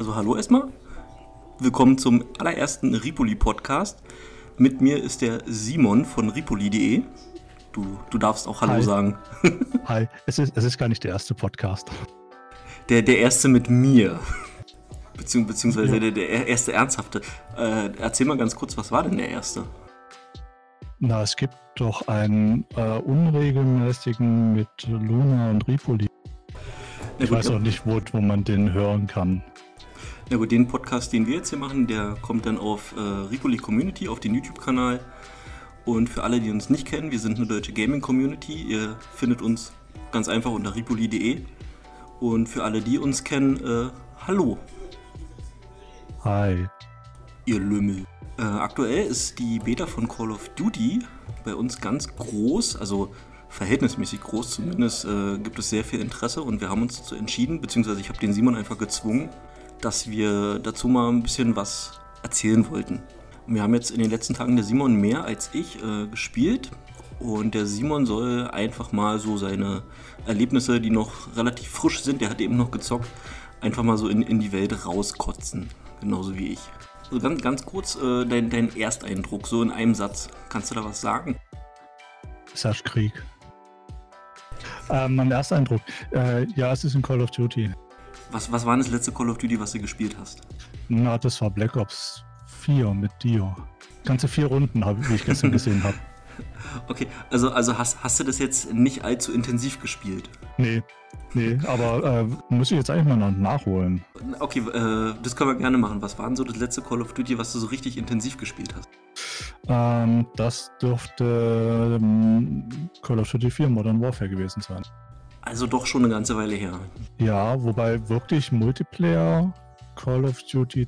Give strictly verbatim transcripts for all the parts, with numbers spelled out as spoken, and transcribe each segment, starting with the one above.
Also hallo erstmal, willkommen zum allerersten Ripoli-Podcast. Mit mir ist der Simon von Ripoli punkt de. Du, du darfst auch Hallo Hi. sagen. Hi, es ist, es ist gar nicht der erste Podcast. Der, der erste mit mir, Beziehungs- beziehungsweise Ja. der, der erste ernsthafte. Äh, erzähl mal ganz kurz, was war denn der erste? Na, es gibt doch einen äh, unregelmäßigen mit Luna und Ripoli. Na Ich gut, weiß ja. auch nicht, wo, wo man den hören kann. Na gut, den Podcast, den wir jetzt hier machen, der kommt dann auf äh, Ripoli Community, auf den YouTube-Kanal. Und für alle, die uns nicht kennen, wir sind eine deutsche Gaming-Community. Ihr findet uns ganz einfach unter Ripoli punkt de. Und für alle, die uns kennen, äh, hallo, Hi. ihr Lümmel. Äh, aktuell ist die Beta von Call of Duty bei uns ganz groß, also verhältnismäßig groß zumindest, äh, gibt es sehr viel Interesse und wir haben uns dazu entschieden, beziehungsweise ich habe den Simon einfach gezwungen, dass wir dazu mal ein bisschen was erzählen wollten. Und wir haben jetzt in den letzten Tagen der Simon mehr als ich äh, gespielt und der Simon soll einfach mal so seine Erlebnisse, die noch relativ frisch sind, der hat eben noch gezockt, einfach mal so in, in die Welt rauskotzen, genauso wie ich. Also ganz, ganz kurz äh, dein, dein Ersteindruck, so in einem Satz. Kannst du da was sagen? Es herrscht Krieg. Äh, mein erster Eindruck. Äh, ja, es ist ein Call of Duty. Was, was war denn das letzte Call of Duty, was du gespielt hast? Na, das war Black Ops vier mit Dio. Ganze vier Runden, hab, wie ich gestern gesehen habe. Okay, also, also hast, hast du das jetzt nicht allzu intensiv gespielt? Nee, nee, aber äh, muss ich jetzt eigentlich mal noch nachholen. Okay, äh, das können wir gerne machen. Was war denn so das letzte Call of Duty, was du so richtig intensiv gespielt hast? Ähm, das dürfte ähm, Call of Duty vier Modern Warfare gewesen sein. Also doch schon eine ganze Weile her. Ja, wobei wirklich Multiplayer Call of Duty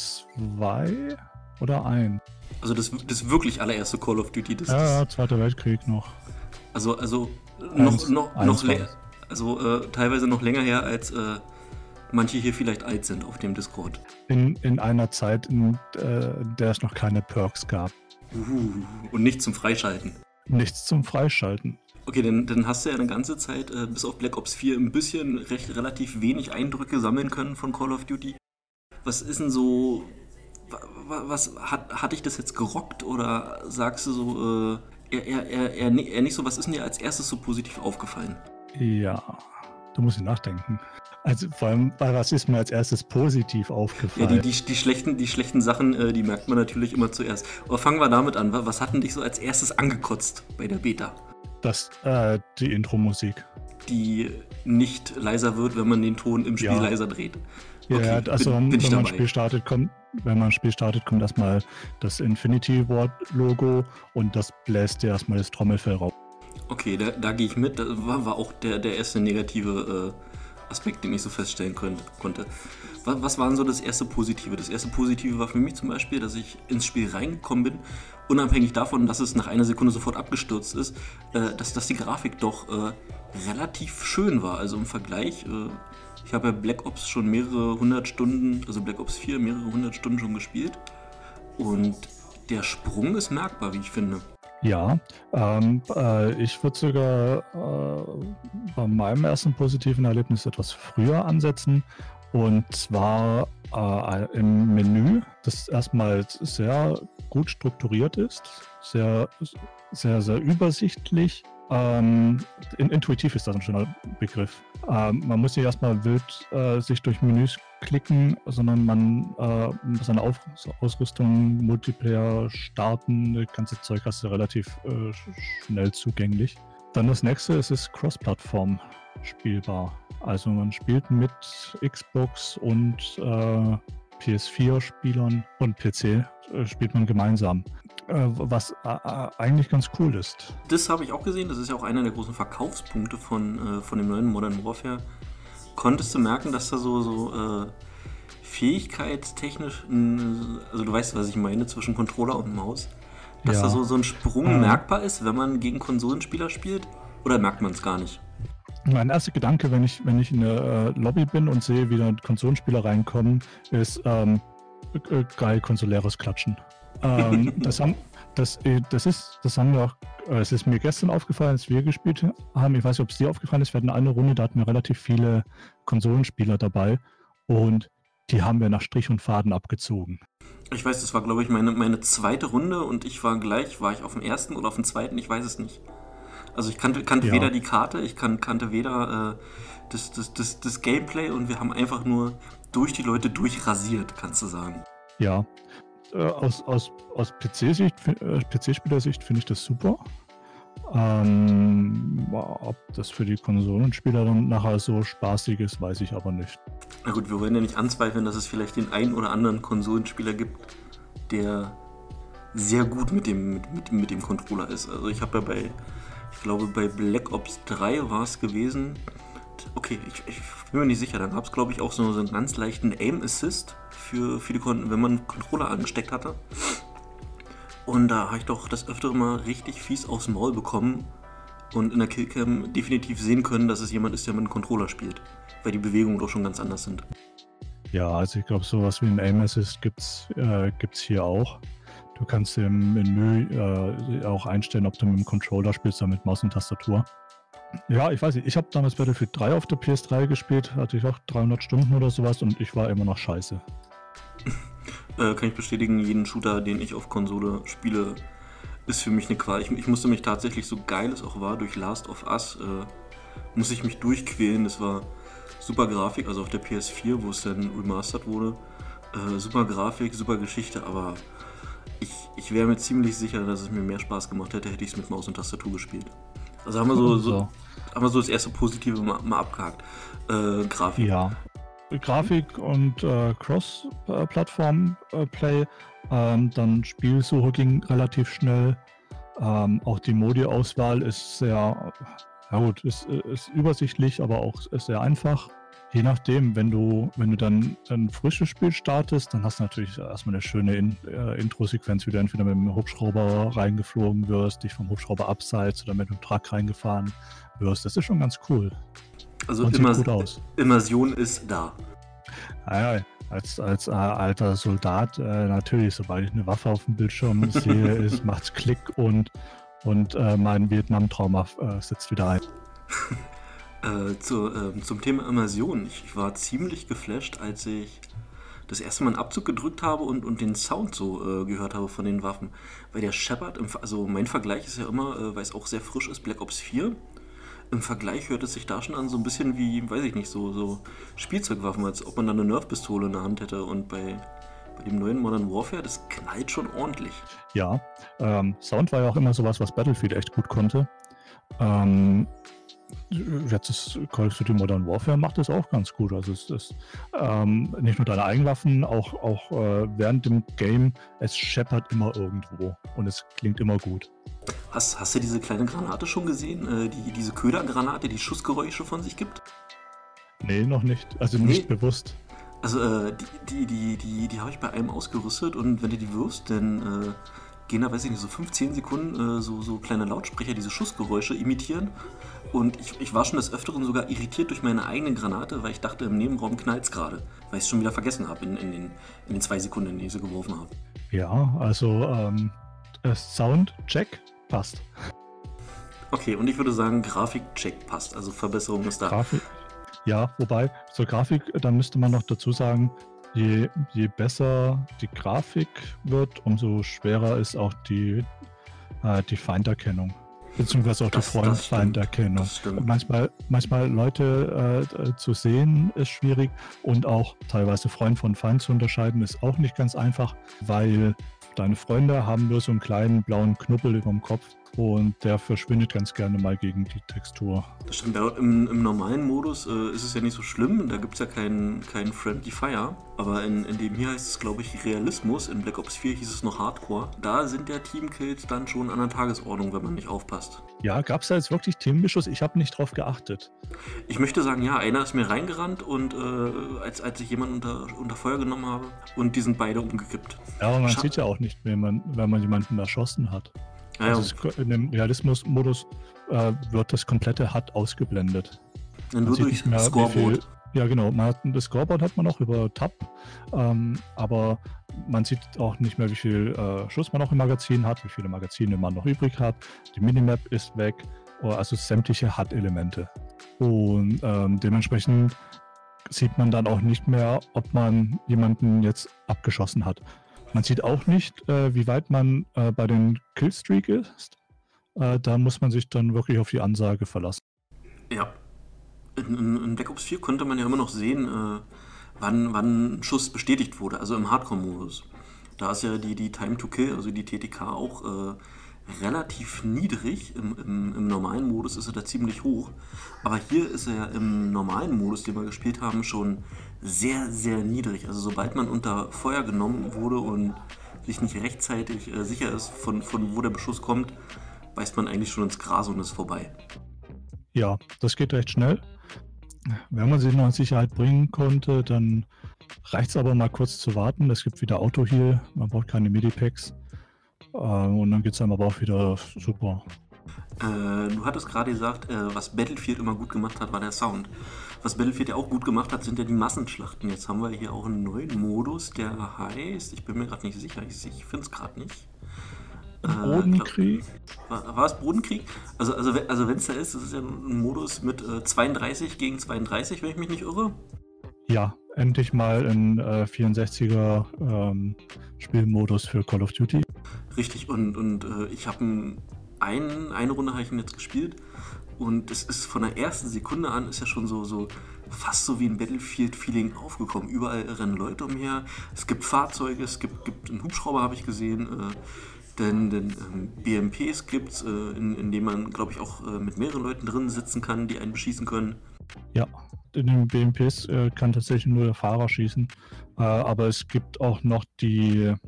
zwei oder eins. Also das, das wirklich allererste Call of Duty, das Ja, ist... Zweiter Weltkrieg noch. Also, also noch, Eins, noch, eins noch war länger, es. also äh, teilweise noch länger her, als äh, manche hier vielleicht alt sind auf dem Discord. In, in einer Zeit, in äh, der es noch keine Perks gab. Uhu. Und nicht zum Freischalten. Nichts zum Freischalten. Okay, dann, dann hast du ja eine ganze Zeit, äh, bis auf Black Ops vier, ein bisschen recht relativ wenig Eindrücke sammeln können von Call of Duty. Was ist denn so, wa- wa- was, hat, hat dich das jetzt gerockt oder sagst du so, äh, eher, eher, eher, eher, ni- eher nicht so, was ist denn dir als erstes so positiv aufgefallen? Ja, da muss ich nachdenken. Also vor allem, bei was ist mir als erstes positiv Ja, aufgefallen? die, die, die, schlechten, die schlechten Sachen, äh, die merkt man natürlich immer zuerst. Aber fangen wir damit an. Wa- Was hat denn dich so als erstes angekotzt bei der Beta? Das, äh, die Intro-Musik. Die nicht leiser wird, wenn man den Ton im Spiel Ja. leiser dreht. Ja, Okay, also bin- bin ich wenn man ein dabei. Spiel startet, kommt, wenn man ein Spiel startet, kommt erstmal das Infinity Ward Logo und das bläst dir erstmal das Trommelfell raus. Okay, da, da gehe ich mit. Das war, war auch der, der erste negative äh, Aspekt, den ich so feststellen könnt, konnte. Was, was war denn so das erste Positive? Das erste Positive war für mich zum Beispiel, dass ich ins Spiel reingekommen bin, unabhängig davon, dass es nach einer Sekunde sofort abgestürzt ist, äh, dass, dass die Grafik doch äh, relativ schön war. Also im Vergleich, äh, ich habe ja Black Ops schon mehrere hundert Stunden, also Black Ops vier mehrere hundert Stunden schon gespielt. Und der Sprung ist merkbar, wie ich finde. Ja, ähm, äh, ich würde sogar äh, bei meinem ersten positiven Erlebnis etwas früher ansetzen. Und zwar äh, im Menü, das erstmal sehr gut strukturiert ist, sehr, sehr, sehr übersichtlich. Ähm, in, intuitiv ist das ein schöner Begriff. Ähm, man muss nicht erstmal wild äh, sich durch Menüs klicken, sondern man äh, seine Auf Ausrüstung, Multiplayer starten, das ganze Zeug hast du relativ äh, sch- schnell zugänglich. Dann das nächste, es ist Cross-Plattform spielbar. Also man spielt mit Xbox und äh, P S vier Spielern und P C äh, spielt man gemeinsam. Äh, was äh, äh, eigentlich ganz cool ist. Das habe ich auch gesehen, das ist ja auch einer der großen Verkaufspunkte von, äh, von dem neuen Modern Warfare. Konntest du merken, dass da so, so äh, fähigkeitstechnisch, n- also du weißt, was ich meine, zwischen Controller und Maus, dass Ja. da so, so ein Sprung Ähm. merkbar ist, wenn man gegen Konsolenspieler spielt? Oder merkt man es gar nicht? Mein erster Gedanke, wenn ich, wenn ich in der äh, Lobby bin und sehe, wie da Konsolenspieler reinkommen, ist ähm, äh, geil konsoläres Klatschen. Ähm, das, haben, das, äh, das, ist, das haben wir auch, äh, es ist mir gestern aufgefallen, als wir gespielt haben. Ich weiß nicht, ob es dir aufgefallen ist. Wir hatten eine Runde, da hatten wir relativ viele Konsolenspieler dabei und die haben wir nach Strich und Faden abgezogen. Ich weiß, das war, glaube ich, meine, meine zweite Runde und ich war gleich, war ich auf dem ersten oder auf dem zweiten, ich weiß es nicht. Also ich kannte, kannte Ja. weder die Karte, ich kan, kannte weder äh, das, das, das, das Gameplay und wir haben einfach nur durch die Leute durchrasiert, kannst du sagen. Ja, äh, aus, aus, aus P C-Sicht, äh, P C-Spielersicht finde ich das super. Ähm, ob das für die Konsolenspieler dann nachher so spaßig ist, weiß ich aber nicht. Na gut, wir wollen ja nicht anzweifeln, dass es vielleicht den einen oder anderen Konsolenspieler gibt, der sehr gut mit dem, mit, mit, mit dem Controller ist. Also ich habe ja bei, ich glaube bei Black Ops drei war es gewesen. Okay, ich, ich bin mir nicht sicher, da gab es glaube ich auch so, so einen ganz leichten Aim Assist für, für die Kon- wenn man einen Controller angesteckt hatte. Und da habe ich doch das öftere mal richtig fies aufs Maul bekommen und in der Killcam definitiv sehen können, dass es jemand ist, der mit einem Controller spielt, weil die Bewegungen doch schon ganz anders sind. Ja, also ich glaube, sowas wie ein Aim Assist gibt es äh, gibt's hier auch. Du kannst im Menü äh, auch einstellen, ob du mit dem Controller spielst oder mit Maus und Tastatur. Ja, ich weiß nicht, ich habe damals Battlefield drei auf der P S drei gespielt, hatte ich auch dreihundert Stunden oder sowas und ich war immer noch scheiße. Äh, kann ich bestätigen, jeden Shooter, den ich auf Konsole spiele, ist für mich eine Qual. Ich, ich musste mich tatsächlich, so geil es auch war, durch Last of Us, äh, muss ich mich durchquälen. Das war super Grafik, also auf der P S vier, wo es dann remastered wurde. Äh, super Grafik, super Geschichte, aber ich, ich wäre mir ziemlich sicher, dass es mir mehr Spaß gemacht hätte, hätte ich es mit Maus und Tastatur gespielt. Also haben wir so, so, haben wir so das erste Positive mal, mal abgehakt. Äh, Grafik. Ja. Grafik und äh, Cross-Plattform-Play, ähm, dann Spielsuche ging relativ schnell. Ähm, auch die Modi-Auswahl ist sehr, ja gut, ist, ist übersichtlich, aber auch ist sehr einfach. Je nachdem, wenn du, wenn du dann ein frisches Spiel startest, dann hast du natürlich erstmal eine schöne In, äh, Intro-Sequenz, wie du entweder mit dem Hubschrauber reingeflogen wirst, dich vom Hubschrauber abseits oder mit dem Truck reingefahren wirst. Das ist schon ganz cool. Also Und Immers- sieht gut aus. Immersion ist da. Naja, als, als äh, alter Soldat äh, natürlich, sobald ich eine Waffe auf dem Bildschirm sehe, ist, macht's Klick und, und äh, mein Vietnam-Trauma äh, setzt wieder ein. Äh, zu, äh, zum Thema Immersion. Ich, ich war ziemlich geflasht, als ich das erste Mal einen Abzug gedrückt habe und, und den Sound so äh, gehört habe von den Waffen. Weil der Shepard, im, also mein Vergleich ist ja immer, äh, weil es auch sehr frisch ist, Black Ops vier. Im Vergleich hört es sich da schon an, so ein bisschen wie, weiß ich nicht, so, so Spielzeugwaffen, als ob man dann eine Nerf-Pistole in der Hand hätte. Und bei, bei dem neuen Modern Warfare, das knallt schon ordentlich. Ja, ähm, Sound war ja auch immer sowas, was Battlefield echt gut konnte. Ähm, jetzt ist Call of Duty Modern Warfare macht das auch ganz gut. Also es ist ähm, nicht nur deine Eigenwaffen, auch, auch äh, während dem Game, es scheppert immer irgendwo und es klingt immer gut. Hast, hast du diese kleine Granate schon gesehen? Äh, die, diese Ködergranate, die Schussgeräusche von sich gibt? Nee, noch nicht. Also nicht Nee. bewusst. Also äh, die, die, die, die, die habe ich bei einem ausgerüstet und wenn du die wirfst, dann äh, gehen da, weiß ich nicht, so fünfzehn Sekunden äh, so, so kleine Lautsprecher diese Schussgeräusche imitieren. Und ich, ich war schon des Öfteren sogar irritiert durch meine eigene Granate, weil ich dachte, im Nebenraum knallt es gerade. Weil ich es schon wieder vergessen habe in, in, den, in den zwei Sekunden, in die ich sie geworfen habe. Ja, also ähm, Sound-Check passt. Okay, und ich würde sagen, Grafik-Check passt. Also Verbesserung ist da. Grafik. Ja, wobei, zur Grafik, da müsste man noch dazu sagen, je, je besser die Grafik wird, umso schwerer ist auch die, äh, die Feinderkennung. Beziehungsweise auch Das- die das stimmt, Freundfeinderkennung. das stimmt. Manchmal, manchmal Leute äh, zu sehen ist schwierig und auch teilweise Freund von Feind zu unterscheiden ist auch nicht ganz einfach, weil deine Freunde haben nur so einen kleinen blauen Knubbel über dem Kopf und der verschwindet ganz gerne mal gegen die Textur. Das stimmt, ja, im, im normalen Modus äh, ist es ja nicht so schlimm, da gibt es ja keinen keinen Friendly Fire, aber in, in dem hier heißt es, glaube ich, Realismus, in Black Ops vier hieß es noch Hardcore, da sind ja Teamkills dann schon an der Tagesordnung, wenn man nicht aufpasst. Ja, gab es da jetzt wirklich Themenbeschuss? Ich habe nicht drauf geachtet. Ich möchte sagen, ja, einer ist mir reingerannt und äh, als, als ich jemanden unter, unter Feuer genommen habe und die sind beide umgekippt. Ja, aber man Scha- sieht ja auch nicht, wenn man, wenn man jemanden erschossen hat. Ja, ja, Also es, in dem Realismus-Modus äh, wird das komplette H U D ausgeblendet. dann Man nur sieht durch nicht mehr, wie Scoreboard. viel- Ja, genau. Man hat, das Scoreboard hat man auch über Tab, ähm, aber man sieht auch nicht mehr, wie viel äh, Schuss man noch im Magazin hat, wie viele Magazine man noch übrig hat. Die Minimap ist weg, oh, also sämtliche H U D-Elemente. Und ähm, dementsprechend sieht man dann auch nicht mehr, ob man jemanden jetzt abgeschossen hat. Man sieht auch nicht, äh, wie weit man äh, bei den Killstreak ist. Äh, da muss man sich dann wirklich auf die Ansage verlassen. Ja. In, in, in Black Ops vier konnte man ja immer noch sehen, äh, wann, wann ein Schuss bestätigt wurde, also im Hardcore-Modus. Da ist ja die, die Time to Kill, also die T T K, auch äh, relativ niedrig. Im, im, Im normalen Modus ist er da ziemlich hoch. Aber hier ist er ja im normalen Modus, den wir gespielt haben, schon sehr, sehr niedrig. Also sobald man unter Feuer genommen wurde und sich nicht rechtzeitig äh, sicher ist, von, von wo der Beschuss kommt, beißt man eigentlich schon ins Gras und ist vorbei. Ja, das geht recht schnell. Wenn man sich noch in Sicherheit bringen konnte, dann reicht es aber mal kurz zu warten. Es gibt wieder Auto-Heal, man braucht keine Medipacks. Äh, und dann geht es einem aber auch wieder super. Äh, du hattest gerade gesagt, äh, was Battlefield immer gut gemacht hat, war der Sound. Was Battlefield ja auch gut gemacht hat, sind ja die Massenschlachten. Jetzt haben wir hier auch einen neuen Modus, der heißt, ich bin mir gerade nicht sicher, ich, ich finde es gerade nicht. Bodenkrieg? War, war es Bodenkrieg? Also, also, also wenn es da ist, das ist ja ein Modus mit äh, zweiunddreißig gegen zweiunddreißig, wenn ich mich nicht irre. Ja, endlich mal ein äh, vierundsechziger ähm, Spielmodus für Call of Duty. Richtig, und, und äh, ich habe ein, ein, eine Runde habe ich ihn jetzt gespielt und es ist von der ersten Sekunde an ist ja schon so, so fast so wie ein Battlefield-Feeling aufgekommen. Überall rennen Leute umher, es gibt Fahrzeuge, es gibt, gibt einen Hubschrauber, habe ich gesehen, äh, denn, denn ähm, B M Ps gibt es, äh, in, in denen man, glaube ich, auch äh, mit mehreren Leuten drin sitzen kann, die einen beschießen können. Ja, in den B M Ps äh, kann tatsächlich nur der Fahrer schießen, äh, aber es gibt auch noch die, äh,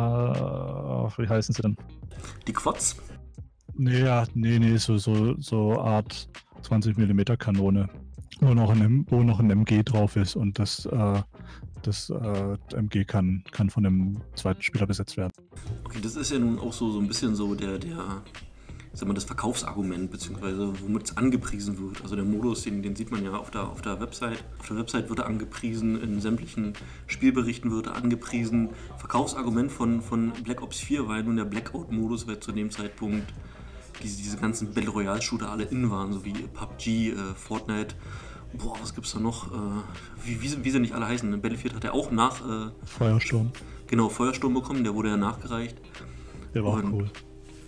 wie heißen sie denn? Die Quads? Nee, ja, nee, nee, so, so, so Art zwanzig Millimeter Kanone, wo noch ein, wo noch ein M G drauf ist und das, äh, das äh, M G kann, kann von einem zweiten Spieler besetzt werden. Okay, das ist ja nun auch so, so ein bisschen so der, der, sag mal, das Verkaufsargument, beziehungsweise womit es angepriesen wird. Also der Modus, den, den sieht man ja auf der, auf der Website. Auf der Website wird er angepriesen, in sämtlichen Spielberichten wird er angepriesen. Verkaufsargument von, von Black Ops vier war ja nun der Blackout-Modus, weil zu dem Zeitpunkt diese, diese ganzen Battle Royale-Shooter alle in waren, so wie P U B G, äh, Fortnite. Boah, was gibt's da noch? Äh, wie, wie, wie sie nicht alle heißen. Battlefield hat ja auch nach... Äh, Feuersturm. Genau, Feuersturm bekommen, der wurde ja nachgereicht. Der war Und, auch cool.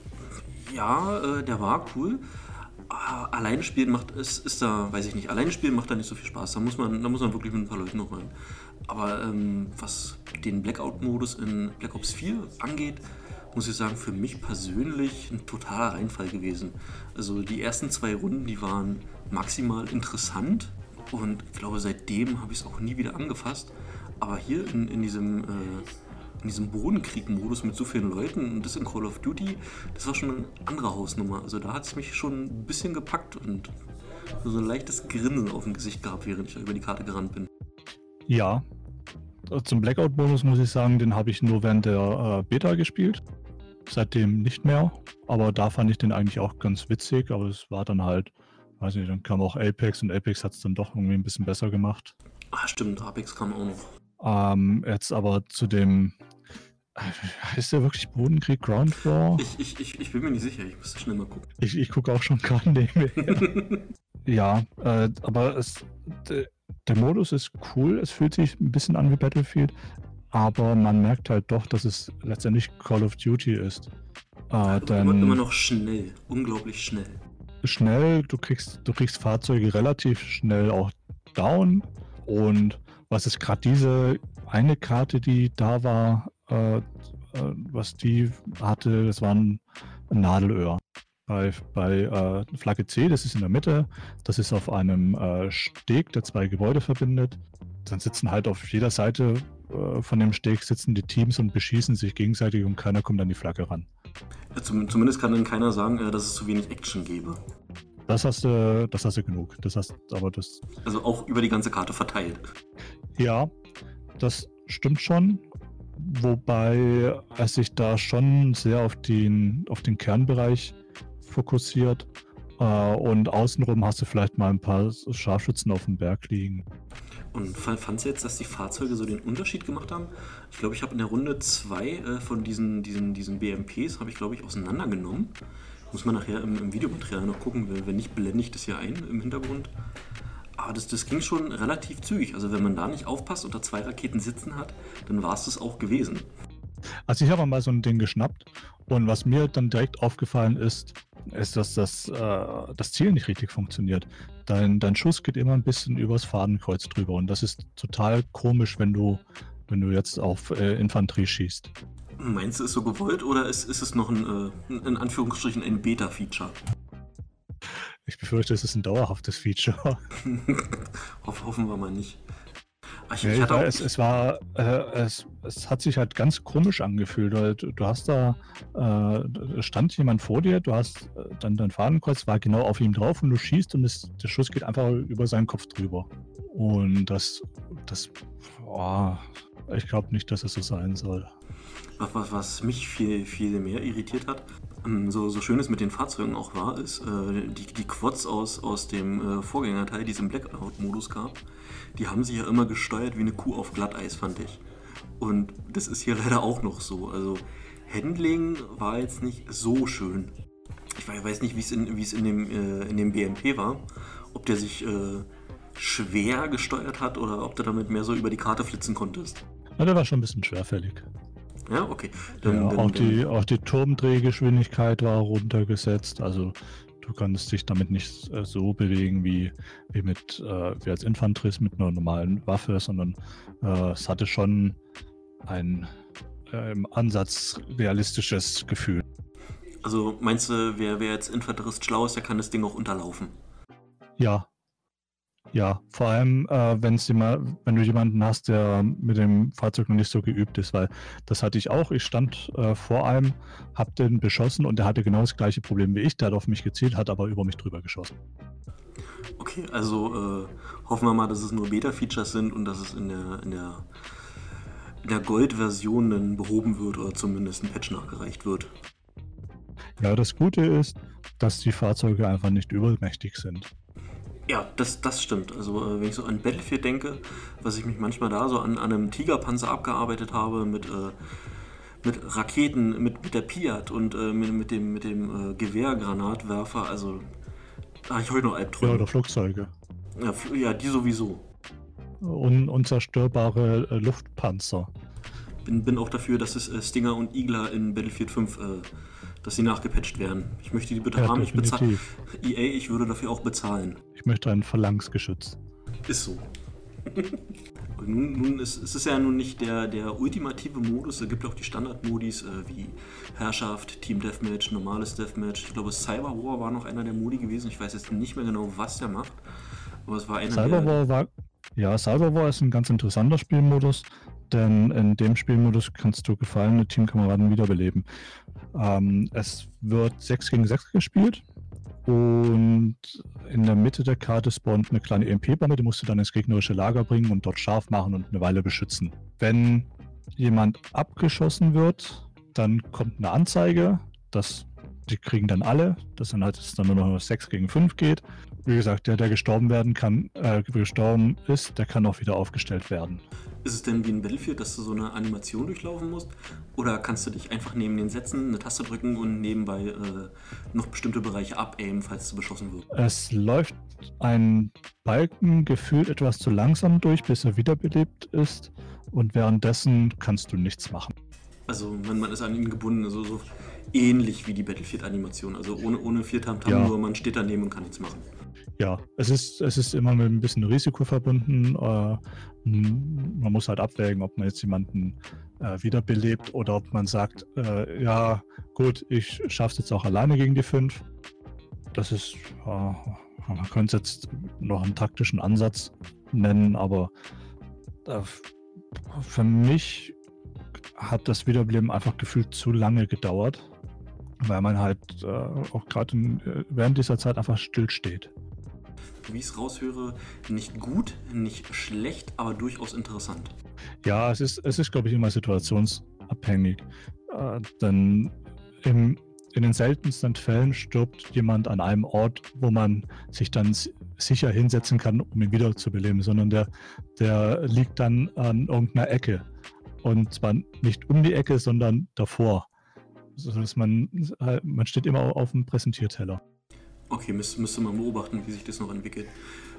Ja, äh, der war cool. Ah, alleine spielen macht, ist, ist da, weiß ich nicht, alleine spielen macht da nicht so viel Spaß. Da muss man, da muss man wirklich mit ein paar Leuten noch rein. Aber ähm, was den Blackout-Modus in Black Ops vier angeht, muss ich sagen, für mich persönlich ein totaler Reinfall gewesen. Also die ersten zwei Runden, die waren maximal interessant und ich glaube, seitdem habe ich es auch nie wieder angefasst. Aber hier in, in diesem, äh, in diesem Bodenkrieg-Modus mit so vielen Leuten und das in Call of Duty, das war schon eine andere Hausnummer. Also da hat es mich schon ein bisschen gepackt und so ein leichtes Grinsen auf dem Gesicht gehabt, während ich über die Karte gerannt bin. Ja, zum Blackout-Bonus muss ich sagen, den habe ich nur während der äh, Beta gespielt. Seitdem nicht mehr, aber da fand ich den eigentlich auch ganz witzig, aber es war dann halt, weiß nicht, dann kam auch Apex und Apex hat es dann doch irgendwie ein bisschen besser gemacht. Ah, stimmt, Apex kam auch noch. Ähm, jetzt aber zu dem, heißt der wirklich Bodenkrieg, Ground War? Ich, ich, ich, ich bin mir nicht sicher, ich müsste schnell mal gucken. Ich, ich gucke auch schon gerade nebenher. Ja, äh, aber es, de, der Modus ist cool, es fühlt sich ein bisschen an wie Battlefield, aber man merkt halt doch, dass es letztendlich Call of Duty ist. Äh, denn immer, immer noch schnell, unglaublich schnell. Schnell, du kriegst, du kriegst Fahrzeuge relativ schnell auch down und was ist gerade diese eine Karte, die da war, äh, äh, was die hatte, das war ein Nadelöhr. Bei, bei äh, Flagge C, das ist in der Mitte, das ist auf einem äh, Steg, der zwei Gebäude verbindet. Dann sitzen halt auf jeder Seite äh, von dem Steg sitzen die Teams und beschießen sich gegenseitig und keiner kommt an die Flagge ran. Ja, zum, zumindest kann dann keiner sagen, äh, dass es zu wenig Action gäbe. Das hast du, das hast du genug. Das hast, aber das. Also auch über die ganze Karte verteilt. Ja, das stimmt schon. Wobei es sich da schon sehr auf den, auf den Kernbereich fokussiert. Äh, und außenrum hast du vielleicht mal ein paar Scharfschützen auf dem Berg liegen. Und fandst du jetzt, dass die Fahrzeuge so den Unterschied gemacht haben? Ich glaube, ich habe in der Runde zwei äh, von diesen, diesen, diesen B M Ps, habe ich glaube ich auseinandergenommen. Muss man nachher im, im Videomaterial noch gucken, wenn, wenn nicht, blende ich das hier ein im Hintergrund. Aber Ah, das, das ging schon relativ zügig. Also wenn man da nicht aufpasst und da zwei Raketen sitzen hat, dann war es das auch gewesen. Also ich habe mal so ein Ding geschnappt und was mir dann direkt aufgefallen ist, ist, dass das, äh, das Ziel nicht richtig funktioniert. Dein, dein Schuss geht immer ein bisschen übers Fadenkreuz drüber und das ist total komisch, wenn du, wenn du jetzt auf äh, Infanterie schießt. Meinst du, ist so gewollt oder ist, ist es noch ein, äh, in Anführungsstrichen, ein Beta-Feature? Ich befürchte, es ist ein dauerhaftes Feature. Hoff, hoffen wir mal nicht. Ach, ich, Ja, ich ich hatte auch, weiß, es war, äh, es, es hat sich halt ganz komisch angefühlt, weil du, du hast da, äh, stand jemand vor dir, du hast äh, dann dein Fadenkreuz, war genau auf ihm drauf und du schießt und es, der Schuss geht einfach über seinen Kopf drüber. Und das, das, boah, ich glaube nicht, dass es so sein soll. was, was, was mich viel, viel mehr irritiert hat, ähm, so, so schön es mit den Fahrzeugen auch war, ist, äh, die, die Quads aus, aus dem äh, Vorgängerteil, die es im Blackout-Modus gab, die haben sich ja immer gesteuert wie eine Kuh auf Glatteis, fand ich. Und das ist hier leider auch noch so. Also Handling war jetzt nicht so schön. Ich weiß nicht, wie es in, wie es in dem, äh, in dem B M P war. Ob der sich äh, schwer gesteuert hat oder ob du damit mehr so über die Karte flitzen konntest. Ja, der war schon ein bisschen schwerfällig. Ja, okay. Ja, Dann, dann, auch, dann, die, auch die Turmdrehgeschwindigkeit war runtergesetzt, also du kannst dich damit nicht äh, so bewegen wie, wie, mit, äh, wie als Infanterist mit einer normalen Waffe, sondern äh, es hatte schon ein äh, im Ansatz realistisches Gefühl. also meinst du, wer, wer jetzt Infanterist schlau ist, der kann das Ding auch unterlaufen? Ja, ja, vor allem, äh, wenn's jemand, wenn du jemanden hast, der mit dem Fahrzeug noch nicht so geübt ist, weil das hatte ich auch. Ich stand äh, vor einem, hab den beschossen und der hatte genau das gleiche Problem wie ich. Der hat auf mich gezielt, hat aber über mich drüber geschossen. Okay, also äh, hoffen wir mal, dass es nur Beta-Features sind und dass es in der, in der, in der Gold-Version dann behoben wird oder zumindest ein Patch nachgereicht wird. Ja, das Gute ist, dass die Fahrzeuge einfach nicht übermächtig sind. Ja, das, das stimmt. Also äh, wenn ich so an Battlefield denke, was ich mich manchmal da so an, an einem Tigerpanzer abgearbeitet habe mit, äh, mit Raketen, mit, mit der Piat und äh, mit, mit dem, mit dem äh, Gewehrgranatwerfer, also da habe ich heute noch Ja, Albträume. oder Flugzeuge. Ja, f- ja, die sowieso. Un unzerstörbare äh, Luftpanzer. Bin, bin auch dafür, dass es äh, Stinger und Igla in Battlefield fünf, äh, dass sie nachgepatcht werden. Ich möchte die bitte Ja, haben. Ich bezahle. definitiv. E A, ich würde dafür auch bezahlen. Ich möchte ein Phalanx-Geschütz. Ist so. Und nun, nun ist, es ist ja nun nicht der, der ultimative Modus. Es gibt auch die Standardmodis äh, wie Herrschaft, Team Deathmatch, normales Deathmatch. Ich glaube, Cyberwar war noch einer der Modi gewesen. Ich weiß jetzt nicht mehr genau, was der macht. Aber es war einer der. Cyberwar war, ja, Cyberwar ist ein ganz interessanter Spielmodus, denn in dem Spielmodus kannst du gefallene Teamkameraden wiederbeleben. Ähm, es wird sechs gegen sechs gespielt und in der Mitte der Karte spawnt eine kleine E M P-Bombe, die musst du dann ins gegnerische Lager bringen und dort scharf machen und eine Weile beschützen. Wenn jemand abgeschossen wird, dann kommt eine Anzeige, dass die kriegen dann alle, dass dann halt es dann nur noch sechs gegen fünf geht. Wie gesagt, der, der gestorben werden kann, äh, gestorben ist, der kann auch wieder aufgestellt werden. Ist es denn wie ein Battlefield, dass du so eine Animation durchlaufen musst? Oder kannst du dich einfach neben den Sätzen eine Taste drücken und nebenbei äh, noch bestimmte Bereiche abaimen, falls du beschossen wirst? Es läuft ein Balken gefühlt etwas zu langsam durch, bis er wiederbelebt ist und währenddessen kannst du nichts machen. Also man, man ist an ihn gebunden, also so ähnlich wie die Battlefield-Animation. Also ohne, ohne vier Tamtam, Ja. nur man steht daneben und kann nichts machen. Ja, es ist, es ist immer mit ein bisschen Risiko verbunden. Äh, m- man muss halt abwägen, ob man jetzt jemanden äh, wiederbelebt oder ob man sagt, äh, ja gut, ich schaffe es jetzt auch alleine gegen die fünf. Das ist, äh, man könnte es jetzt noch einen taktischen Ansatz nennen, aber äh, für mich hat das Wiederbeleben einfach gefühlt zu lange gedauert, weil man halt äh, auch gerade äh, während dieser Zeit einfach stillsteht. Wie ich es raushöre, nicht gut, nicht schlecht, aber durchaus interessant. Ja, es ist, es ist, glaube ich, immer situationsabhängig. Äh, denn im, in den seltensten Fällen stirbt jemand an einem Ort, wo man sich dann s- sicher hinsetzen kann, um ihn wiederzubeleben, sondern der, der liegt dann an irgendeiner Ecke. Und zwar nicht um die Ecke, sondern davor. Sodass man, halt- man steht immer auf dem Präsentierteller. Okay, müsste, müsste man beobachten, wie sich das noch entwickelt.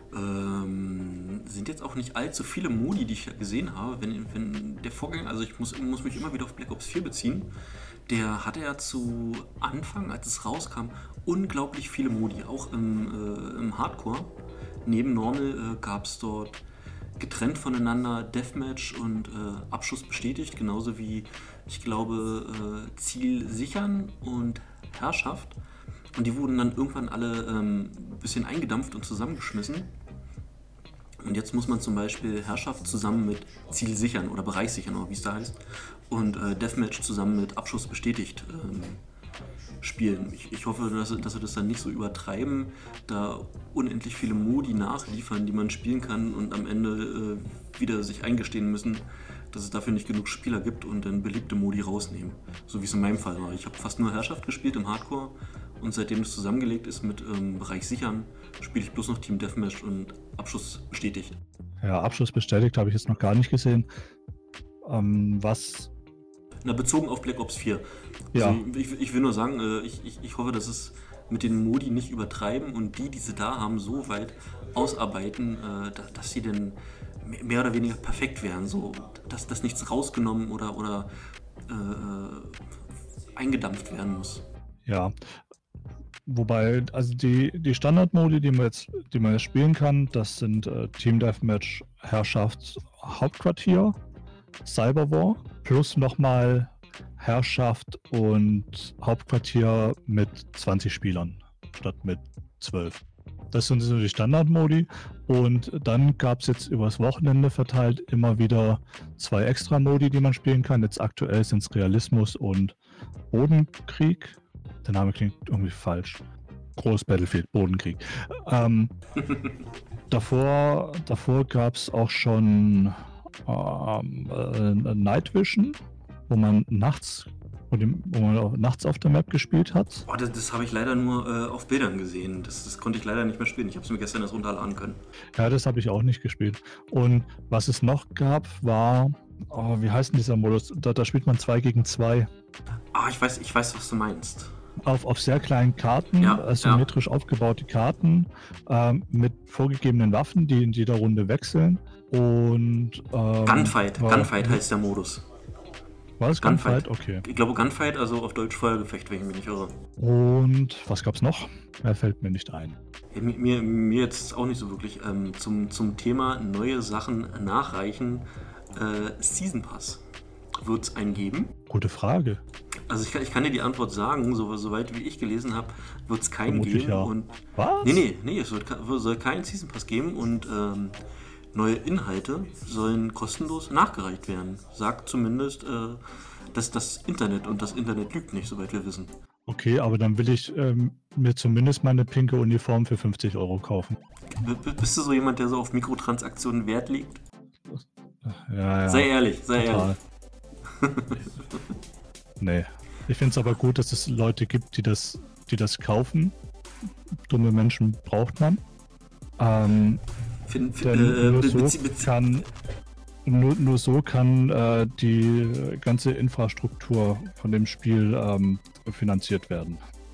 Ähm, sind jetzt auch nicht allzu viele Modi, die ich gesehen habe. Wenn, wenn der Vorgänger, also ich muss, muss mich immer wieder auf Black Ops vier beziehen, der hatte ja zu Anfang, als es rauskam, unglaublich viele Modi, auch im, äh, im Hardcore. Neben Normal äh, gab es dort getrennt voneinander Deathmatch und äh, Abschuss bestätigt, genauso wie, ich glaube, äh, Ziel sichern und Herrschaft. Und die wurden dann irgendwann alle ähm, ein bisschen eingedampft und zusammengeschmissen. Und jetzt muss man zum Beispiel Herrschaft zusammen mit Ziel sichern oder Bereich sichern, oder wie es da heißt, und äh, Deathmatch zusammen mit Abschuss bestätigt ähm, spielen. Ich, ich hoffe, dass, dass sie das dann nicht so übertreiben, da unendlich viele Modi nachliefern, die man spielen kann und am Ende äh, wieder sich eingestehen müssen, dass es dafür nicht genug Spieler gibt und dann beliebte Modi rausnehmen. So wie es in meinem Fall war. Ich habe fast nur Herrschaft gespielt im Hardcore und seitdem es zusammengelegt ist mit ähm, Bereich sichern, spiele ich bloß noch Team Deathmatch und Abschuss bestätigt. Ja, Abschuss bestätigt habe ich jetzt noch gar nicht gesehen. Ähm, was... Na, bezogen auf Black Ops vier. Ja. Also ich, ich will nur sagen, äh, ich, ich, ich hoffe, dass es mit den Modi nicht übertreiben und die, die sie da haben, so weit ausarbeiten, äh, dass, dass sie dann mehr oder weniger perfekt wären. So, dass, dass nichts rausgenommen oder, oder äh, eingedampft werden muss. Ja. Wobei, also die, die Standardmodi, die man jetzt, die man jetzt spielen kann, das sind äh, Team Deathmatch, Herrschaft, Hauptquartier, Cyberwar, plus nochmal Herrschaft und Hauptquartier mit zwanzig Spielern statt mit zwölf. Das sind so die Standardmodi und dann gab es jetzt übers Wochenende verteilt immer wieder zwei Extra-Modi, die man spielen kann. Jetzt aktuell sind es Realismus und Bodenkrieg. Der Name klingt irgendwie falsch. Groß Battlefield, Bodenkrieg. Ähm, davor davor gab es auch schon ähm, äh, Night Vision, wo man nachts, wo, dem, wo man auch nachts auf der Map gespielt hat. Oh, das das habe ich leider nur äh, auf Bildern gesehen. Das, das konnte ich leider nicht mehr spielen. Ich habe es mir gestern erst runterladen können. Ja, das habe ich auch nicht gespielt. Und was es noch gab, war, oh, wie heißt denn dieser Modus? Da, da spielt man zwei gegen zwei. Ah, ich weiß, ich weiß, was du meinst. Auf, auf sehr kleinen Karten, Ja, äh, symmetrisch ja. aufgebaute Karten ähm, mit vorgegebenen Waffen, die in jeder Runde wechseln. Und ähm, Gunfight, war, Gunfight heißt der Modus. War das Gunfight? Gunfight? Okay. Ich glaube Gunfight, also auf Deutsch Feuergefecht, wenn ich mich nicht irre. Und was gab's noch? Mehr fällt mir nicht ein. Ja, mir, mir jetzt auch nicht so wirklich. Ähm, zum, zum Thema neue Sachen nachreichen, äh, Season Pass. Wird es einen geben? Gute Frage. Also ich kann, ich kann dir die Antwort sagen, so, soweit wie ich gelesen habe, wird es keinen Vermutlich geben. Ja. Und was? Nee, nee, nee, es wird, soll keinen Season Pass geben und ähm, neue Inhalte sollen kostenlos nachgereicht werden. Sagt zumindest äh, dass das Internet und das Internet lügt nicht, soweit wir wissen. Okay, aber dann will ich ähm, mir zumindest meine pinke Uniform für fünfzig Euro kaufen. B- bist du so jemand, der so auf Mikrotransaktionen Wert legt? Ja, ja. Sei ehrlich, sei total. ehrlich. Nee. Ich finde es aber gut, dass es Leute gibt, die das, die das kaufen. Dumme Menschen braucht man. Ähm, Fin, fin, denn äh, nur, be- so bezie- bezie- kann, nur, nur so kann äh, die ganze Infrastruktur von dem Spiel ähm, finanziert werden.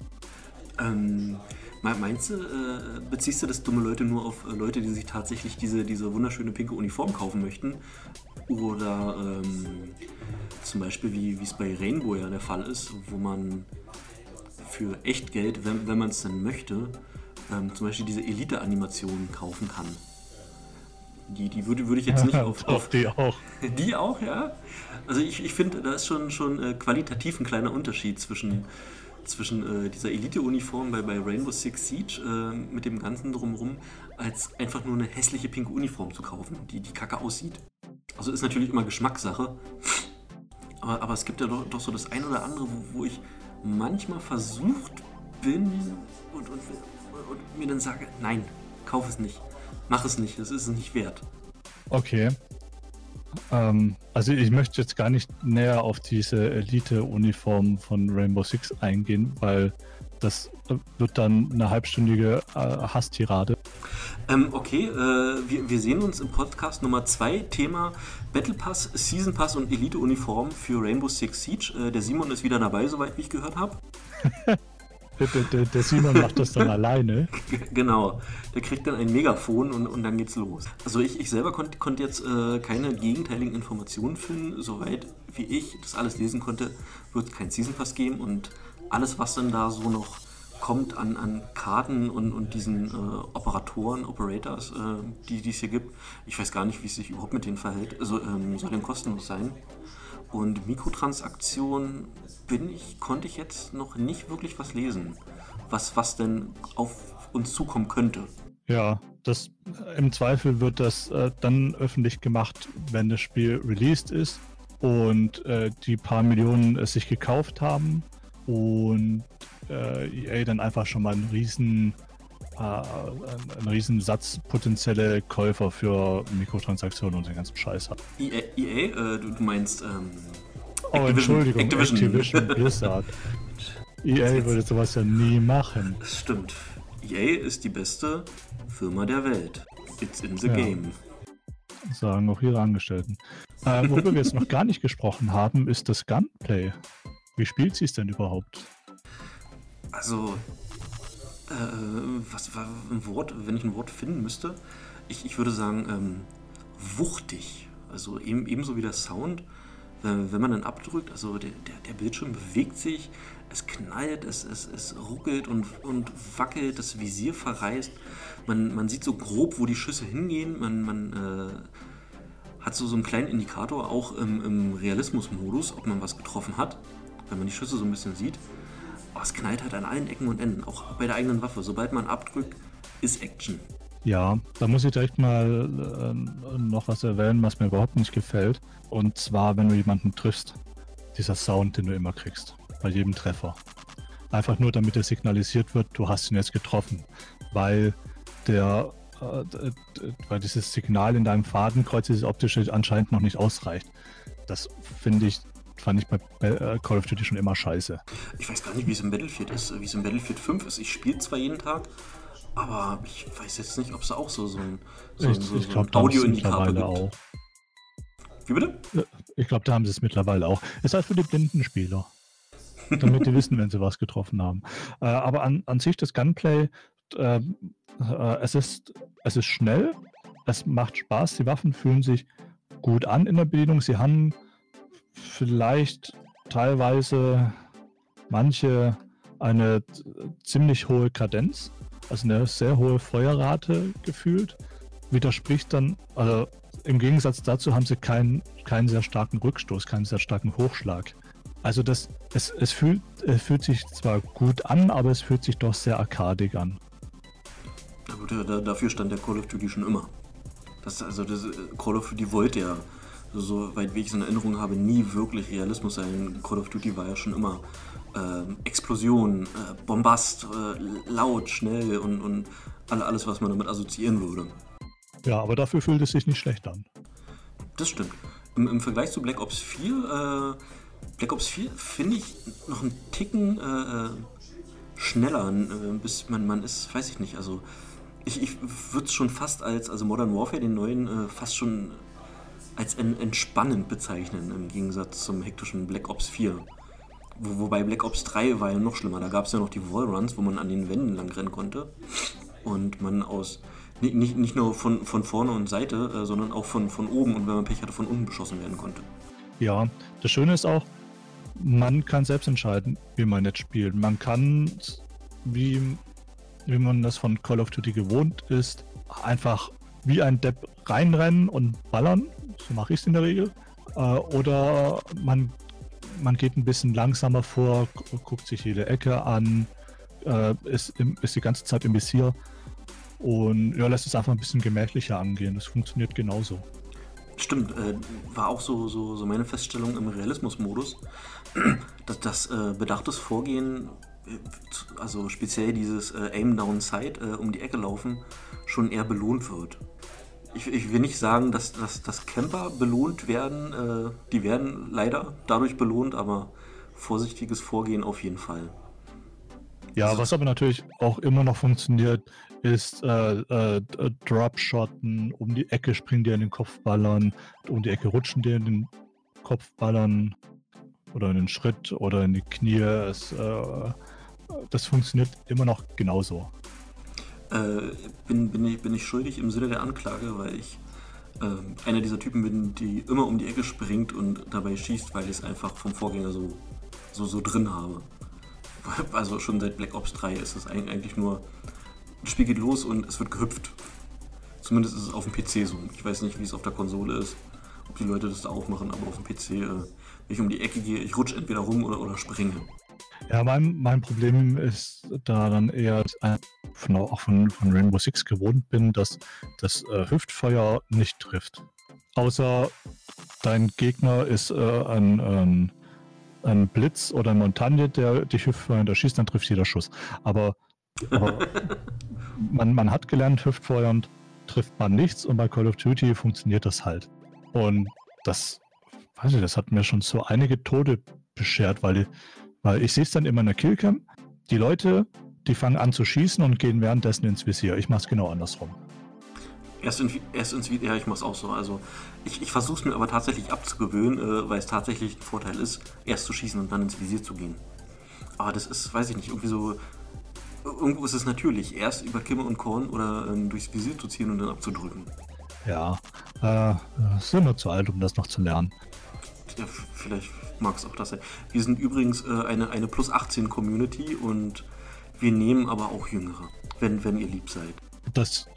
Ähm, me- meinst du, äh, beziehst du das dumme Leute nur auf äh, Leute, die sich tatsächlich diese, diese wunderschöne pinke Uniform kaufen möchten? Oder ähm, zum Beispiel, wie es bei Rainbow ja der Fall ist, wo man für echt Geld, wenn, wenn man es denn möchte, ähm, zum Beispiel diese Elite-Animationen kaufen kann. Die, die würde, würde ich jetzt nicht auf, auf... Die auch. Die auch, ja? Also ich, ich finde, da ist schon, schon äh, qualitativ ein kleiner Unterschied zwischen, zwischen äh, dieser Elite-Uniform bei, bei Rainbow Six Siege äh, mit dem Ganzen drumherum, als einfach nur eine hässliche pinke Uniform zu kaufen, die, die kacke aussieht. Also ist natürlich immer Geschmackssache, aber, aber es gibt ja doch, doch so das ein oder andere, wo, wo ich manchmal versucht bin und, und, und mir dann sage, nein, kauf es nicht, mach es nicht, es ist es nicht wert. Okay. Ähm, also ich möchte jetzt gar nicht näher auf diese Elite-Uniform von Rainbow Six eingehen, weil das wird dann eine halbstündige äh, Hasstirade. Ähm, okay, äh, wir, wir sehen uns im Podcast Nummer zwei, Thema Battle Pass, Season Pass und Elite-Uniform für Rainbow Six Siege. Äh, der Simon ist wieder dabei, soweit wie ich gehört habe. Der, der, der Simon macht das dann alleine. Genau, der kriegt dann ein Megafon und, und dann geht's los. Also ich, ich selber konnte konnt jetzt äh, keine gegenteiligen Informationen finden. Soweit wie ich das alles lesen konnte, wird es kein Season Pass geben und alles, was dann da so noch kommt an, an Karten und, und diesen äh, Operatoren, Operators, äh, die, die es hier gibt, ich weiß gar nicht, wie es sich überhaupt mit denen verhält, also ähm, soll denn kostenlos sein. Und Mikrotransaktionen bin ich, konnte ich jetzt noch nicht wirklich was lesen, was, was denn auf uns zukommen könnte. Ja, das im Zweifel wird das äh, dann öffentlich gemacht, wenn das Spiel released ist und äh, die paar Millionen es sich gekauft haben und äh, E A dann einfach schon mal einen riesen äh, einen riesen Satz potenzielle Käufer für Mikrotransaktionen und den ganzen Scheiß hat. E A, E A äh, du, du meinst ähm, Oh, Activision, Entschuldigung, Activision. Activision Blizzard. E A würde sowas ja nie machen. Das stimmt. E A ist die beste Firma der Welt. It's in the Ja. game. Sagen auch ihre Angestellten. Äh, worüber wir jetzt noch gar nicht gesprochen haben, ist das Gunplay. Wie spielt sie es denn überhaupt? Also, äh, was war ein Wort, wenn ich ein Wort finden müsste? Ich, ich würde sagen, ähm, wuchtig. Also eben, ebenso wie der Sound. Wenn, wenn man dann abdrückt, also der, der, der Bildschirm bewegt sich, es knallt, es, es, es ruckelt und, und wackelt, das Visier verreißt. Man, man sieht so grob, wo die Schüsse hingehen. Man, man äh, hat so, so einen kleinen Indikator auch im, im Realismus-Modus, ob man was getroffen hat, wenn man die Schüsse so ein bisschen sieht. Aber es knallt halt an allen Ecken und Enden, auch bei der eigenen Waffe. Sobald man abdrückt, ist Action. Ja, da muss ich direkt mal äh, noch was erwähnen, was mir überhaupt nicht gefällt. Und zwar, wenn du jemanden triffst, dieser Sound, den du immer kriegst, bei jedem Treffer. Einfach nur, damit er signalisiert wird, du hast ihn jetzt getroffen. Weil der, äh, d- d- weil dieses Signal in deinem Fadenkreuz, dieses optische, anscheinend noch nicht ausreicht. Das finde ich, fand ich bei äh, Call of Duty schon immer scheiße. Ich weiß gar nicht, wie es im Battlefield ist, wie es im Battlefield fünf ist. Ich spiele zwar jeden Tag, aber ich weiß jetzt nicht, ob es auch so, so ein, so, Ich, so, ich so glaube, ein da haben sie es Audioindikator gibt. mittlerweile auch. Wie bitte? Ich glaube, da haben sie es mittlerweile auch. Ist halt für die blinden Spieler. Damit die wissen, wenn sie was getroffen haben. Äh, aber an, an sich das Gunplay, äh, äh, es, ist, es ist schnell, es macht Spaß, die Waffen fühlen sich gut an in der Bedienung. Sie haben vielleicht teilweise manche eine z- ziemlich hohe Kadenz, also eine sehr hohe Feuerrate gefühlt. Widerspricht dann, also im Gegensatz dazu haben sie keinen, keinen sehr starken Rückstoß, keinen sehr starken Hochschlag. Also das, es, es, fühlt, es fühlt sich zwar gut an, aber es fühlt sich doch sehr arkadig an. Na gut, ja, da, dafür stand der Call of Duty schon immer. Das, also das, äh, Call of Duty wollte ja, so, so weit wie ich es in Erinnerung habe, nie wirklich Realismus sein. Call of Duty war ja schon immer ähm, Explosion, äh, Bombast, äh, laut, schnell und, und alle, alles, was man damit assoziieren würde. Ja, aber dafür fühlt es sich nicht schlecht an. Das stimmt. Im, im Vergleich zu Black Ops vier, äh, Black Ops vier finde ich noch einen Ticken äh, schneller, äh, bis man, man ist, weiß ich nicht, also ich, ich würde es schon fast als, also Modern Warfare, den neuen, äh, fast schon als en, entspannend bezeichnen, im Gegensatz zum hektischen Black Ops vier. Wo, wobei Black Ops drei war ja noch schlimmer, da gab es ja noch die Wallruns, wo man an den Wänden lang rennen konnte und man aus, nicht, nicht, nicht nur von, von vorne und Seite, äh, sondern auch von, von oben und wenn man Pech hatte, von unten beschossen werden konnte. Ja, das Schöne ist auch, man kann selbst entscheiden, wie man jetzt spielt. Man kann, wie, wie man das von Call of Duty gewohnt ist, einfach wie ein Depp reinrennen und ballern. So mache ich es in der Regel. Äh, oder man, man geht ein bisschen langsamer vor, gu- guckt sich jede Ecke an, äh, ist, im, ist die ganze Zeit im Visier und ja, lässt es einfach ein bisschen gemächlicher angehen. Das funktioniert genauso. Stimmt, äh, war auch so, so, so meine Feststellung im Realismus-Modus, dass das äh, bedachtes Vorgehen, äh, also speziell dieses äh, Aim Down Sight, äh, um die Ecke laufen, schon eher belohnt wird. Ich, ich will nicht sagen, dass, dass, dass Camper belohnt werden, äh, die werden leider dadurch belohnt, aber vorsichtiges Vorgehen auf jeden Fall. Ja, was aber natürlich auch immer noch funktioniert, ist äh, äh, äh, Dropshotten, um die Ecke springen die in den Kopf ballern, um die Ecke rutschen die in den Kopf ballern oder in den Schritt oder in die Knie. Es, äh, das funktioniert immer noch genauso. Äh, bin, bin, ich, bin ich schuldig im Sinne der Anklage, weil ich äh, einer dieser Typen bin, die immer um die Ecke springt und dabei schießt, weil ich es einfach vom Vorgänger so, so, so drin habe. Also schon seit Black Ops drei ist es eigentlich nur, das Spiel geht los und es wird gehüpft. Zumindest ist es auf dem P C so. Ich weiß nicht, wie es auf der Konsole ist, ob die Leute das da auch machen, aber auf dem P C, äh, wenn ich um die Ecke gehe, ich rutsche entweder rum oder, oder springe. Ja, mein, mein Problem ist da dann eher, dass ich von, auch von, von Rainbow Six gewohnt bin, dass das äh, Hüftfeuer nicht trifft. Außer dein Gegner ist äh, ein, ein, ein Blitz oder eine Montagne, der die Hüftfeuer erschießt, dann trifft jeder Schuss. Aber, aber man, man hat gelernt, Hüftfeuern trifft man nichts und bei Call of Duty funktioniert das halt. Und das, weiß ich, das hat mir schon so einige Tode beschert, weil, weil ich sehe es dann immer in der Killcam, die Leute, die fangen an zu schießen und gehen währenddessen ins Visier. Ich mache es genau andersrum. Erst, in, erst ins Visier, ja, ich mache es auch so. Also ich, ich versuche es mir aber tatsächlich abzugewöhnen, äh, weil es tatsächlich ein Vorteil ist, erst zu schießen und dann ins Visier zu gehen. Aber das ist, weiß ich nicht, irgendwie so, irgendwo ist es natürlich, erst über Kimme und Korn oder ähm, durchs Visier zu ziehen und dann abzudrücken. Ja, äh, sind wir zu alt, um das noch zu lernen. Ja, vielleicht mag es auch das sein. Wir sind übrigens äh, eine, eine Plus achtzehn Community und wir nehmen aber auch Jüngere, wenn, wenn ihr lieb seid. Das,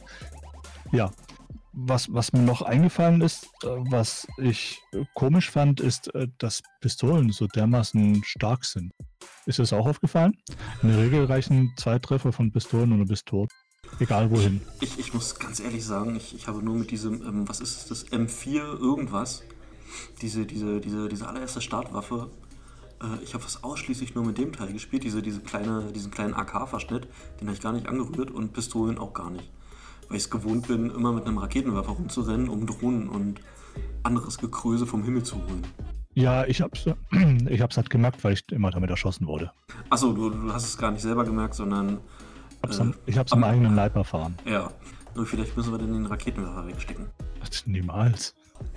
ja, was, was mir noch eingefallen ist, äh, was ich äh, komisch fand, ist, äh, dass Pistolen so dermaßen stark sind. Ist das auch aufgefallen? In der Regel reichen zwei Treffer von Pistolen und du bist tot. Egal wohin. Ich, ich muss ganz ehrlich sagen, ich, ich habe nur mit diesem, ähm, was ist es, das M vier irgendwas, diese, diese, diese, diese allererste Startwaffe, äh, ich habe fast ausschließlich nur mit dem Teil gespielt, diese, diese kleine, diesen kleinen A K-Verschnitt, den habe ich gar nicht angerührt und Pistolen auch gar nicht. Weil ich es gewohnt bin, immer mit einem Raketenwerfer rumzurennen, um Drohnen und anderes Gekröse vom Himmel zu holen. Ja, ich hab's, ich hab's halt gemerkt, weil ich immer damit erschossen wurde. Achso, du, du hast es gar nicht selber gemerkt, sondern... Ich hab's, am, ich hab's am eigenen Leib erfahren. Ja, nur vielleicht müssen wir dann den Raketenwerfer wegstecken. Niemals.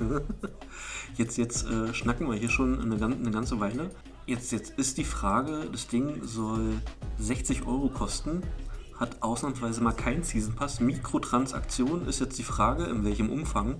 Jetzt, jetzt äh, schnacken wir hier schon eine, eine ganze Weile. Jetzt, jetzt ist die Frage, das Ding soll sechzig Euro kosten, hat ausnahmsweise mal keinen Season Pass. Mikrotransaktion ist jetzt die Frage, in welchem Umfang.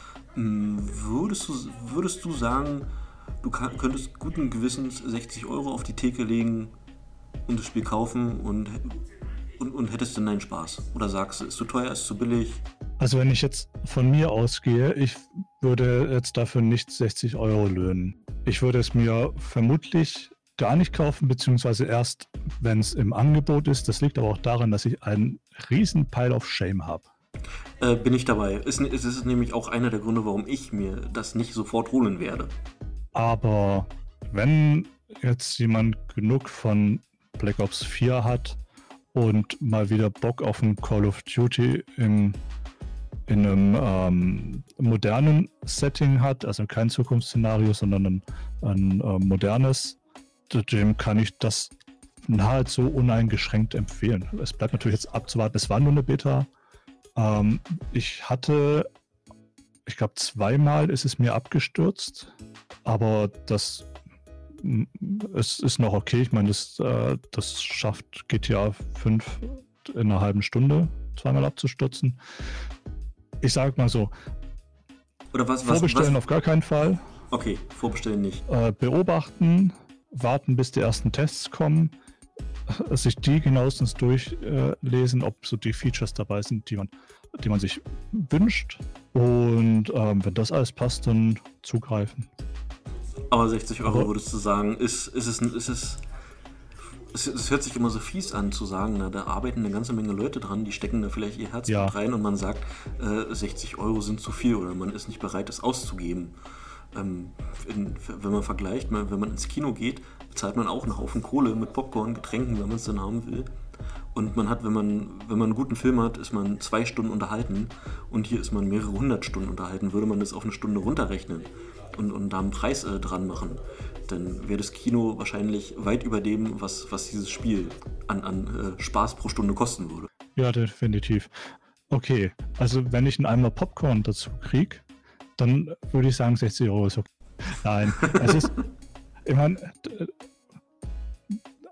Würdest du, würdest du sagen, du kann, könntest guten Gewissens sechzig Euro auf die Theke legen und das Spiel kaufen und, und, und hättest dann deinen Spaß? Oder sagst du, ist zu teuer, ist zu billig? Also wenn ich jetzt von mir ausgehe, ich würde jetzt dafür nicht sechzig Euro löhnen. Ich würde es mir vermutlich gar nicht kaufen, beziehungsweise erst, wenn es im Angebot ist. Das liegt aber auch daran, dass ich einen riesen Pile of Shame habe. Äh, bin ich dabei. Es ist, ist nämlich auch einer der Gründe, warum ich mir das nicht sofort holen werde. Aber wenn jetzt jemand genug von Black Ops vier hat und mal wieder Bock auf ein Call of Duty im, in einem ähm, modernen Setting hat, also kein Zukunftsszenario, sondern ein, ein äh, modernes, dem kann ich das nahezu uneingeschränkt empfehlen. Es bleibt natürlich jetzt abzuwarten, es war nur eine Beta. Ähm, ich hatte, ich glaube zweimal ist es mir abgestürzt, aber das es ist noch okay. Ich meine, das, äh, das schafft G T A fünf in einer halben Stunde zweimal abzustürzen. Ich sag mal so, Oder was, was, vorbestellen was? auf gar keinen Fall. Okay, vorbestellen nicht. Äh, beobachten, warten bis die ersten Tests kommen, sich die genauestens durchlesen, äh, ob so die Features dabei sind, die man, die man sich wünscht. Und ähm, wenn das alles passt, dann zugreifen. Aber sechzig Euro Aber würdest du sagen, ist, ist es, ist es, es, es hört sich immer so fies an zu sagen, na, da arbeiten eine ganze Menge Leute dran, die stecken da vielleicht ihr Herz Ja. mit rein und man sagt, äh, sechzig Euro sind zu viel oder man ist nicht bereit, das auszugeben. Ähm, in, wenn man vergleicht, wenn man ins Kino geht, bezahlt man auch einen Haufen Kohle mit Popcorn, Getränken, wenn man es dann haben will. Und man hat, wenn man, wenn man einen guten Film hat, ist man zwei Stunden unterhalten und hier ist man mehrere hundert Stunden unterhalten. Würde man das auf eine Stunde runterrechnen und, und da einen Preis äh, dran machen, dann wäre das Kino wahrscheinlich weit über dem, was, was dieses Spiel an, an äh, Spaß pro Stunde kosten würde. Ja, definitiv. Okay, also wenn ich einen Eimer Popcorn dazu kriege, dann würde ich sagen, sechzig Euro ist okay. Nein, es ist, ich meine,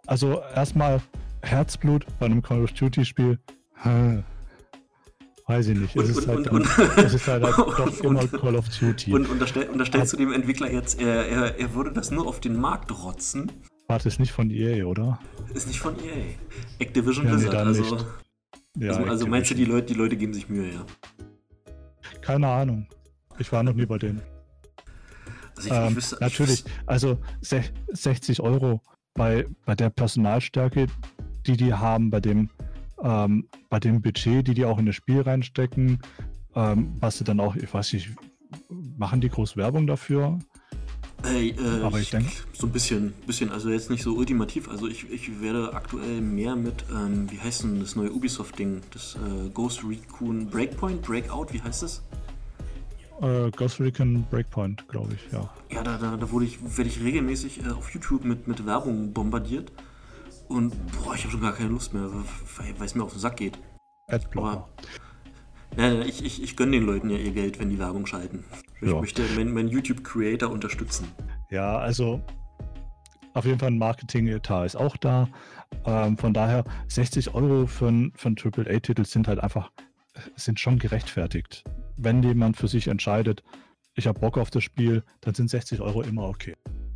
Also erstmal Herzblut bei einem Call of Duty Spiel. Hm. Weiß ich nicht. Es ist halt, dann, es ist halt, halt doch immer Call of Duty. Und unterstell, unterstellst du dem Entwickler jetzt, er, er, er würde das nur auf den Markt rotzen? Warte, ist nicht von E A, oder? Ist nicht von E A. Activision ja, Blizzard. Nee, also, ja, also, also meinst du, die Leute, die Leute geben sich Mühe, ja? Keine Ahnung. Ich war noch nie bei denen. Also ich, ähm, ich wüsste, natürlich, ich also sechzig Euro bei, bei der Personalstärke, die die haben, bei dem, ähm, bei dem Budget, die die auch in das Spiel reinstecken, ähm, was sie dann auch, ich weiß nicht, machen die groß Werbung dafür? Äh, äh, Aber ich, ich denke... So ein bisschen, bisschen, also jetzt nicht so ultimativ, also ich, ich werde aktuell mehr mit, ähm, wie heißt denn das neue Ubisoft-Ding, das äh, Ghost Recon Breakpoint, Breakout, wie heißt das? Uh, Ghost Recon Breakpoint, glaube ich, ja. Ja, da, da, da wurde ich, werde ich regelmäßig äh, auf YouTube mit, mit Werbung bombardiert. Und boah, ich habe schon gar keine Lust mehr, weil es mir auf den Sack geht. Adblocker. Ja, ich, ich, ich gönne den Leuten ja ihr Geld, wenn die Werbung schalten. Ich ja. möchte meinen mein YouTube-Creator unterstützen. Ja, also auf jeden Fall ein Marketing-Etat ist auch da. Ähm, von daher sechzig Euro für einen für Triple A-Titel sind halt einfach, sind schon gerechtfertigt. Wenn jemand für sich entscheidet, ich habe Bock auf das Spiel, dann sind sechzig Euro immer okay.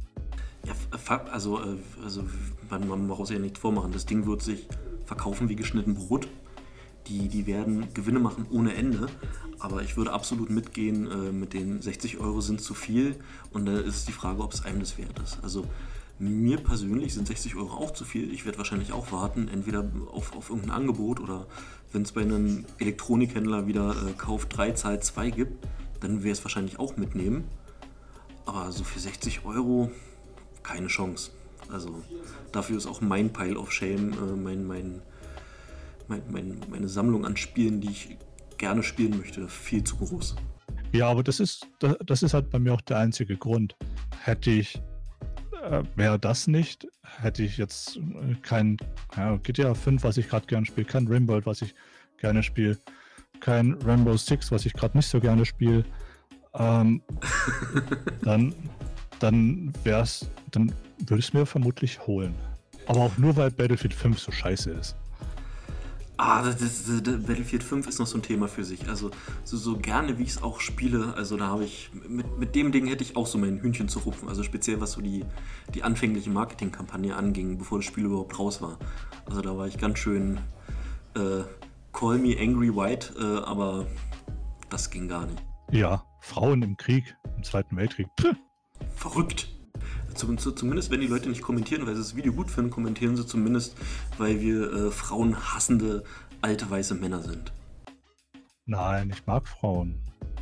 Ja, also, also man, man braucht sich ja nicht vormachen. Das Ding wird sich verkaufen wie geschnitten Brot. Die, die werden Gewinne machen ohne Ende. Aber ich würde absolut mitgehen, äh, mit den sechzig Euro sind zu viel. Und da ist die Frage, ob es einem das wert ist. Also mir persönlich sind sechzig Euro auch zu viel. Ich werde wahrscheinlich auch warten, entweder auf, auf irgendein Angebot oder wenn es bei einem Elektronikhändler wieder äh, Kauf drei, Zahlt zwei gibt, dann wäre es wahrscheinlich auch mitnehmen. Aber so für sechzig Euro keine Chance. Also dafür ist auch mein Pile of Shame, äh, mein, mein, mein, mein, meine Sammlung an Spielen, die ich gerne spielen möchte, viel zu groß. Ja, aber das ist, das ist halt bei mir auch der einzige Grund. Hätte ich Äh, wäre das nicht, hätte ich jetzt kein ja, G T A fünf, was ich gerade gerne spiele, kein Rimworld, was ich gerne spiele, kein Rainbow Six, was ich gerade nicht so gerne spiele, ähm, dann, dann wär's, dann würde ich es mir vermutlich holen. Aber auch nur, weil Battlefield fünf so scheiße ist. Ah, das, das, das, Battlefield fünf ist noch so ein Thema für sich. Also so, so gerne, wie ich es auch spiele, also da habe ich, mit, mit dem Ding hätte ich auch so mein Hühnchen zu rupfen. Also speziell was so die, die anfängliche Marketingkampagne anging, bevor das Spiel überhaupt raus war. Also da war ich ganz schön äh, Call me Angry White, äh, aber das ging gar nicht. Ja, Frauen im Krieg, im Zweiten Weltkrieg. Puh. Verrückt. Zum, zumindest wenn die Leute nicht kommentieren, weil sie das Video gut finden, kommentieren sie zumindest, weil wir äh, frauenhassende, alte, weiße Männer sind. Nein, ich mag Frauen.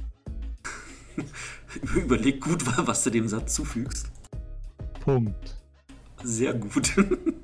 Überleg gut, was du dem Satz zufügst. Punkt. Sehr gut.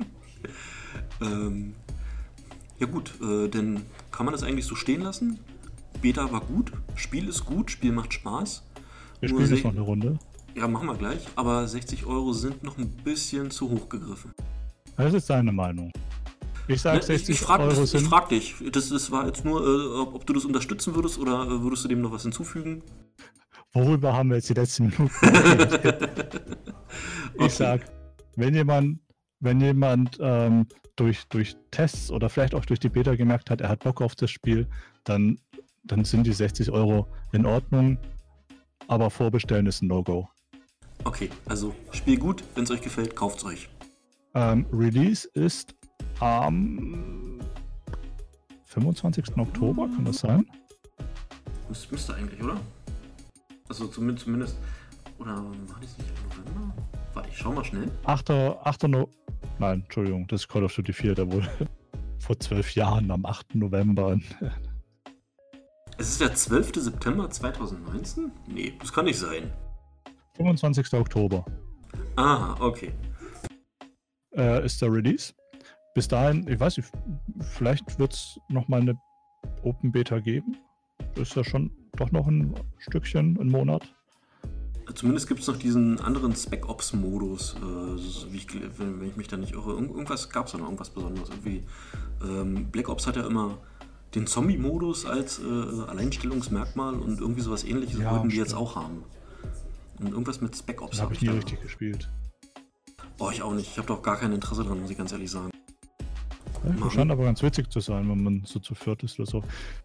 ähm, ja gut, äh, dann kann man das eigentlich so stehen lassen. Beta war gut, Spiel ist gut, Spiel macht Spaß. Wir spielen jetzt noch eine Runde. Ja, machen wir gleich, aber sechzig Euro sind noch ein bisschen zu hoch gegriffen. Das ist deine Meinung. Ich sage sechzig ich, ich frag, Euro das, sind... Ich frag dich, das, das war jetzt nur, äh, ob, ob du das unterstützen würdest oder äh, würdest du dem noch was hinzufügen? Worüber haben wir jetzt die letzten Minuten geredet? Ich okay. sag, wenn jemand, wenn jemand ähm, durch, durch Tests oder vielleicht auch durch die Beta gemerkt hat, er hat Bock auf das Spiel, dann, dann sind die sechzig Euro in Ordnung, aber vorbestellen ist ein No-Go. Okay, also Spiel gut, wenn es euch gefällt, kauft's euch. Ähm, Release ist am fünfundzwanzigsten Oktober, kann das sein? Das müsste eigentlich, oder? Also zumindest, zumindest oder war das nicht im November? Warte, ich schau mal schnell. achter No... Nein, Entschuldigung, das ist Call of Duty vier, der wurde vor zwölf Jahren am achten November. Es ist der zwölfte September zweitausendneunzehn? Nee, das kann nicht sein. fünfundzwanzigsten Oktober. Ah, okay. Äh, ist der Release. Bis dahin, ich weiß nicht, vielleicht wird es nochmal eine Open Beta geben. Das ist ja schon doch noch ein Stückchen, ein Monat. Zumindest gibt es noch diesen anderen Spec Ops Modus, äh, wie ich, wenn, wenn ich mich da nicht irre. Irgend, irgendwas gab es da noch, irgendwas Besonderes. Irgendwie, ähm, Black Ops hat ja immer den Zombie-Modus als äh, Alleinstellungsmerkmal und irgendwie sowas Ähnliches ja, wollten die stimmt. jetzt auch haben. Und irgendwas mit Spec Ops habe hab ich nie da. richtig gespielt. Oh, ich auch nicht. Ich habe doch gar kein Interesse dran, muss ich ganz ehrlich sagen. Ja, das scheint aber ganz witzig zu sein, wenn man so zu viert ist oder so.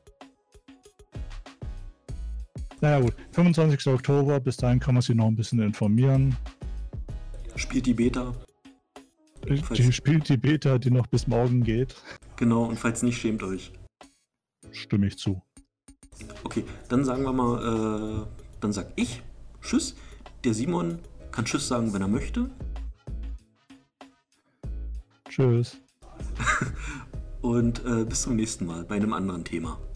Naja gut, fünfundzwanzigster Oktober, bis dahin kann man sich noch ein bisschen informieren. Spielt die Beta. Die spielt die Beta, die noch bis morgen geht. Genau, und falls nicht, schämt euch. Stimme ich zu. Okay, dann sagen wir mal, äh, dann sag ich Tschüss. Der Simon kann Tschüss sagen, wenn er möchte. Tschüss. Und äh, bis zum nächsten Mal bei einem anderen Thema.